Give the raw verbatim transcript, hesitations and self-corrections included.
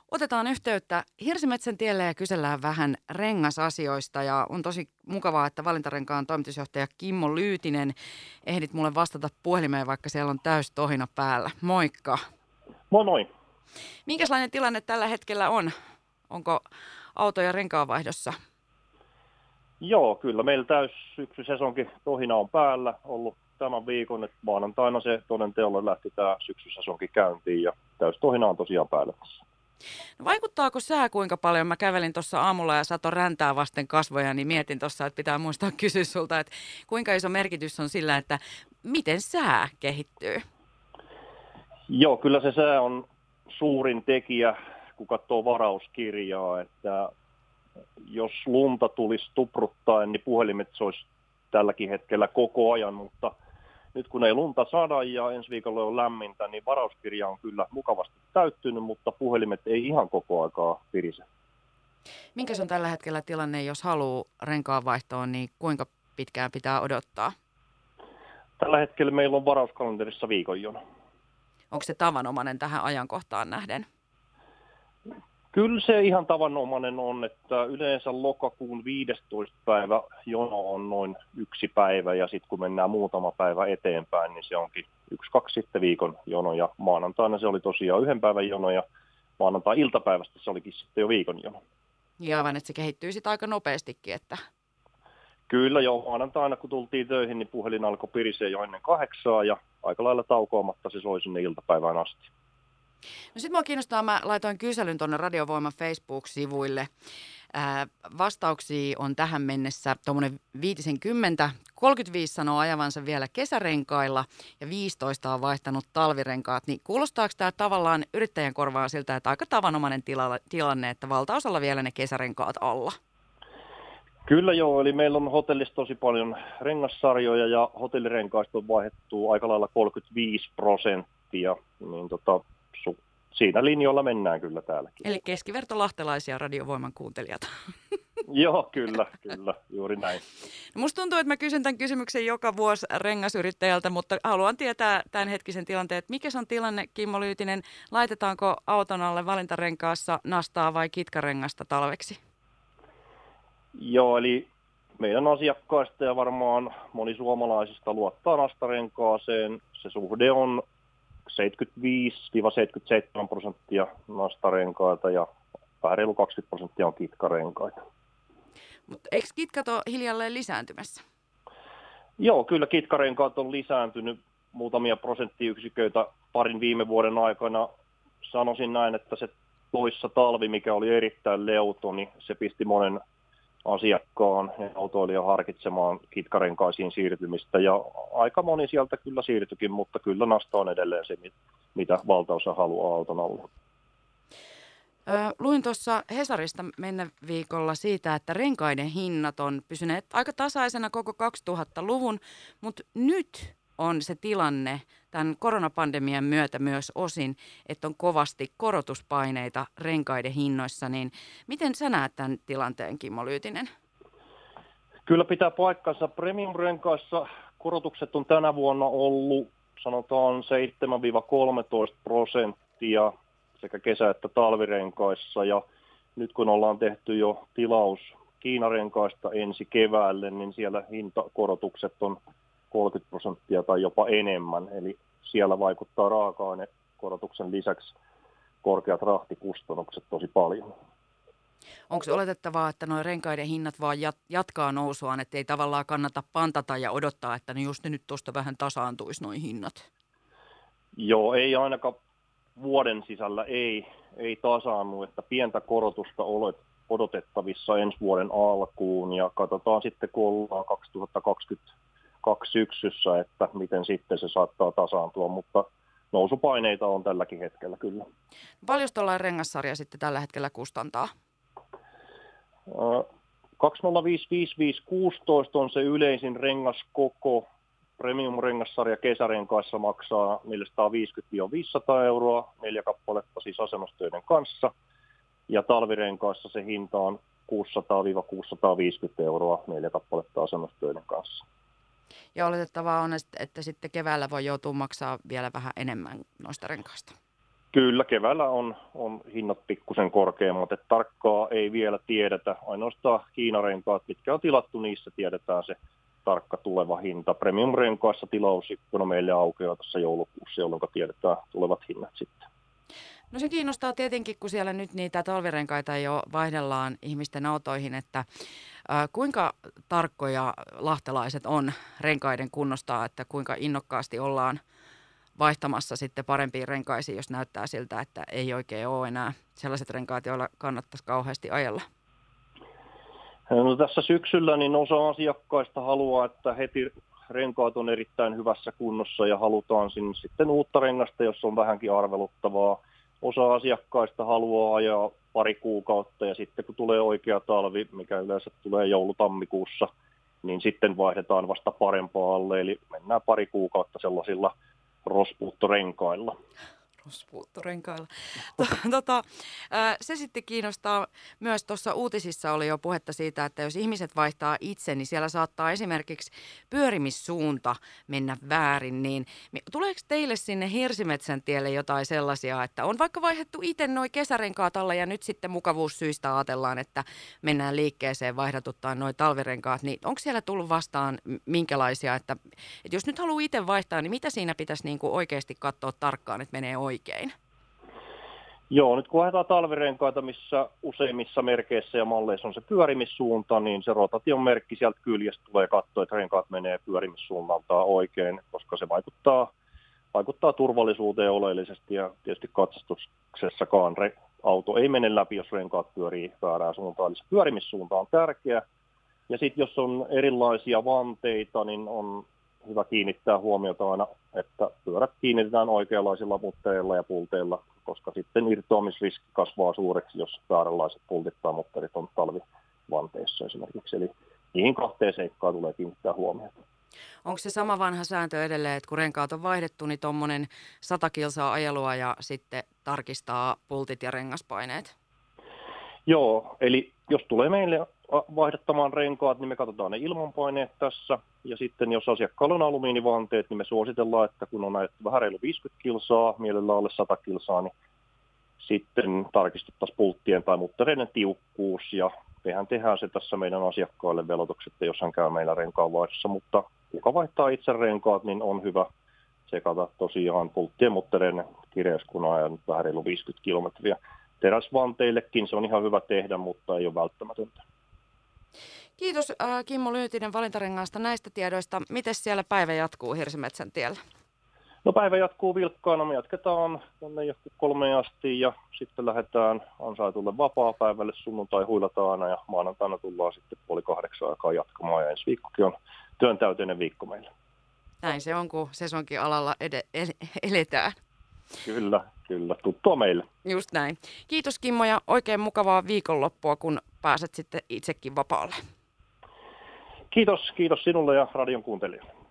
Otetaan yhteyttä Hirsimetsän tielle ja kysellään vähän rengasasioista ja on tosi mukavaa, että Valintarenkaan toimitusjohtaja Kimmo Lyytinen ehdit mulle vastata puhelimeen, vaikka siellä on täys tohina päällä. Moikka! Moi moi! Minkälainen tilanne tällä hetkellä on? Onko autoja renkaanvaihdossa? Joo, kyllä meillä täys syksysesonkin tohina on päällä ollut tämän viikon, että maanantaina se toden teolla lähti tämä syksysesonkin käyntiin ja täys tohina on tosiaan päällä tässä. No vaikuttaako sää kuinka paljon? Mä kävelin tuossa aamulla ja sato räntää vasten kasvoja, niin mietin tuossa, että pitää muistaa kysyä sulta, että kuinka iso merkitys on sillä, että miten sää kehittyy? Joo, kyllä se sää on suurin tekijä, kun katsoo varauskirjaa, että jos lunta tulisi tupruttaen, niin puhelimet olisi tälläkin hetkellä koko ajan, mutta nyt kun ei lunta saada ja ensi viikolla on lämmintä, niin varauskirja on kyllä mukavasti täyttynyt, mutta puhelimet ei ihan koko aikaa pirise. Minkä on tällä hetkellä tilanne, jos haluaa renkaanvaihtoon, niin kuinka pitkään pitää odottaa? Tällä hetkellä meillä on varauskalenterissa viikon jono. Onko se tavanomainen tähän ajankohtaan nähden? Kyllä se ihan tavanomainen on, että yleensä lokakuun viidestoista päivä jono on noin yksi päivä ja sitten kun mennään muutama päivä eteenpäin, niin se onkin yksi, kaksi sitten viikon jono ja maanantaina se oli tosiaan yhden päivän jono ja maanantai-iltapäivästä se olikin sitten jo viikon jono. Ja aivan, että se kehittyy sitten aika nopeastikin, että... Kyllä joo, maanantaina kun tultiin töihin, niin puhelin alkoi pirisee jo ennen kahdeksaa ja aika lailla taukoamatta se soi sinne iltapäivään asti. No sitten mua kiinnostaa, mä laitoin kyselyn tuonne Radiovoiman Facebook-sivuille. Ää, vastauksia on tähän mennessä tuommoinen viitisenkymmentä. kolmekymmentäviisi sanoo ajavansa vielä kesärenkailla ja viisitoista on vaihtanut talvirenkaat. Niin kuulostaako tämä tavallaan yrittäjän korvaan siltä, että aika tavanomainen tila, tilanne, että valtaosalla vielä ne kesärenkaat alla? Kyllä joo, eli meillä on hotellissa tosi paljon rengassarjoja ja hotellirenkaista on vaihdettu aika lailla kolmekymmentäviisi prosenttia, niin tota, su- siinä linjoilla mennään kyllä täälläkin. Eli keskivertolahtelaisia Radiovoiman kuuntelijat. Joo, kyllä, kyllä, juuri näin. No musta tuntuu, että mä kysyn tämän kysymyksen joka vuosi rengasyrittäjältä, mutta haluan tietää tämän hetkisen tilanteen, että mikä on tilanne, Kimmo Lyytinen, laitetaanko auton alle valintarenkaassa nastaa vai kitkarengasta talveksi? Joo, eli meidän asiakkaista ja varmaan moni suomalaisista luottaa nastarenkaaseen. Se suhde on seitsemänkymmentäviisi seitsemänkymmentäseitsemän prosenttia nastarenkaita ja vähän reilu kaksikymmentä prosenttia on kitkarenkaita. Mutta eikö kitkat ole hiljalleen lisääntymässä? Joo, kyllä kitkarenkaat on lisääntynyt muutamia prosenttiyksiköitä parin viime vuoden aikana. Sanoisin näin, että se toissa talvi, mikä oli erittäin leuto, niin se pisti monen asiakkaan ja autoilijan harkitsemaan kitkarenkaisiin siirtymistä. Ja aika moni sieltä kyllä siirtyikin, mutta kyllä nasta on edelleen se, mitä valtaosa haluaa auton alla. Ö, luin tuossa Hesarista mennä viikolla siitä, että renkaiden hinnat on pysyneet aika tasaisena koko kaksituhattaluvun, mutta nyt on se tilanne tämän koronapandemian myötä myös osin, että on kovasti korotuspaineita renkaiden hinnoissa, niin miten sä näet tämän tilanteen, Kimmo Lyytinen? Kyllä pitää paikkansa. Premium-renkaissa korotukset on tänä vuonna ollut sanotaan seitsemän kolmetoista prosenttia sekä kesä- että talvirenkaissa ja nyt kun ollaan tehty jo tilaus Kiinarenkaista ensi keväälle, niin siellä hintakorotukset on kolmekymmentä prosenttia tai jopa enemmän, eli siellä vaikuttaa raaka-ainekorotuksen lisäksi korkeat rahtikustannukset tosi paljon. Onko se oletettavaa, että nuo renkaiden hinnat vaan jatkaa nousuaan, että ei tavallaan kannata pantata ja odottaa, että ne just ne nyt tuosta vähän tasaantuisi nuo hinnat? Joo, ei ainakaan vuoden sisällä ei, ei tasaannu, että pientä korotusta olet odotettavissa ensi vuoden alkuun ja katsotaan sitten, kun ollaan kaksituhattakaksikymmentäkaksi syksyssä, että miten sitten se saattaa tasaantua, mutta nousupaineita on tälläkin hetkellä kyllä. Paljon tuollainen rengassarja sitten tällä hetkellä kustantaa? kaksituhattaviisi viisikymmentäviisi kuusitoista on se yleisin rengaskoko. Premium-rengassarja kesärenkaissa maksaa neljäsataaviisikymmentä viisisataa euroa, neljä kappaletta siis asennustöiden kanssa. Ja talvirenkaissa se hinta on kuusisataa kuusisataaviisikymmentä euroa, neljä kappaletta asennustöiden kanssa. Ja oletettavaa on, että sitten keväällä voi joutua maksaa vielä vähän enemmän noista renkaista. Kyllä, keväällä on, on hinnat pikkusen korkeammat, että tarkkaa ei vielä tiedetä. Ainoastaan Kiinarenkaat, mitkä on tilattu, niissä tiedetään se tarkka tuleva hinta. Premium-renkaassa tilausikkuna meille aukeaa tässä joulukuussa, jolloin tiedetään tulevat hinnat sitten. No se kiinnostaa tietenkin, kun siellä nyt niitä talvirenkaita jo vaihdellaan ihmisten autoihin, että äh, kuinka tarkkoja lahtelaiset on renkaiden kunnosta, että kuinka innokkaasti ollaan vaihtamassa sitten parempiin renkaisiin, jos näyttää siltä, että ei oikein ole enää sellaiset renkaat, joilla kannattaisi kauheasti ajella. No, tässä syksyllä niin osa asiakkaista haluaa, että heti renkaat on erittäin hyvässä kunnossa ja halutaan sinne sitten uutta rengasta, jos on vähänkin arveluttavaa. Osa asiakkaista haluaa ajaa pari kuukautta ja sitten kun tulee oikea talvi, mikä yleensä tulee joulutammikuussa, niin sitten vaihdetaan vasta parempaa alle. Eli mennään pari kuukautta sellaisilla rospuuttorenkailla. Rospuuttorenkailla. Tota, se sitten kiinnostaa myös, tuossa uutisissa oli jo puhetta siitä, että jos ihmiset vaihtaa itse, niin siellä saattaa esimerkiksi pyörimissuunta mennä väärin. Niin tuleeko teille sinne Hirsimetsän tielle jotain sellaisia, että on vaikka vaihdettu itse nuo kesärenkaat alla ja nyt sitten mukavuussyistä ajatellaan, että mennään liikkeeseen vaihdatuttaa nuo talvirenkaat, niin onko siellä tullut vastaan minkälaisia, että, että jos nyt haluaa itse vaihtaa, niin mitä siinä pitäisi niin kuin oikeasti katsoa tarkkaan, että menee oikein? Oikein. Joo, nyt kun haetaan talvirenkaita, missä useimmissa merkeissä ja malleissa on se pyörimissuunta, niin se rotation merkki sieltä kyljestä tulee katsoa, että renkaat menee pyörimissuunnaltaan oikein, koska se vaikuttaa, vaikuttaa turvallisuuteen oleellisesti ja tietysti katsastuksessakaan re- auto ei mene läpi, jos renkaat pyörii väärään suuntaan. Eli se pyörimissuunta on tärkeä. Ja sitten jos on erilaisia vanteita, niin on hyvä kiinnittää huomiota aina, että pyörät kiinnitetään oikeanlaisilla muttereilla ja pulteilla, koska sitten irtoamisriski kasvaa suureksi, jos vääränlaiset pultit tai mutterit on talvivanteissa esimerkiksi. Eli niihin kahteen seikkaan tulee kiinnittää huomiota. Onko se sama vanha sääntö edelleen, että kun renkaat on vaihdettu, niin tuommoinen sata kilsaa ajelua ja sitten tarkistaa pultit ja rengaspaineet? Joo, eli jos tulee meille vaihdettamaan renkaat, niin me katsotaan ne ilmanpaineet tässä. Ja sitten jos asiakkaalla on alumiinivanteet, niin me suositellaan, että kun on ajettu vähän reilu viisikymmentä kilsaa, mielellään alle sata kilsaa, niin sitten tarkistettaisiin pulttien tai muttereiden tiukkuus. Ja mehän tehdään se tässä meidän asiakkaille velotukset, jos hän käy meillä renkaanvaihdossa. Mutta kuka vaihtaa itse renkaat, niin on hyvä sekata tosiaan pulttien muttereiden kireys, kun on ajanut vähän reilu viisikymmentä kilometriä. Teräsvanteillekin se on ihan hyvä tehdä, mutta ei ole välttämätöntä. Kiitos äh, Kimmo Lyytinen Valintarengaasta näistä tiedoista. Miten siellä päivä jatkuu Hirsimetsän tiellä? No päivä jatkuu vilkkaana. Me jatketaan tuonne johonkin kolmeen asti ja sitten lähdetään ansaitulle vapaapäivälle. Sunnuntai huilataan aina ja maanantaina tullaan sitten puoli kahdeksan aikaa jatkamaan. Ja ensi viikkokin on työntäyteinen viikko meillä. Näin se on, kun sesonkin alalla ed- el- eletään. Kyllä, kyllä. Tuttua meille. Just näin. Kiitos Kimmo ja oikein mukavaa viikonloppua, kun pääset sitten itsekin vapaalle. Kiitos, kiitos sinulle ja radion kuuntelijoille.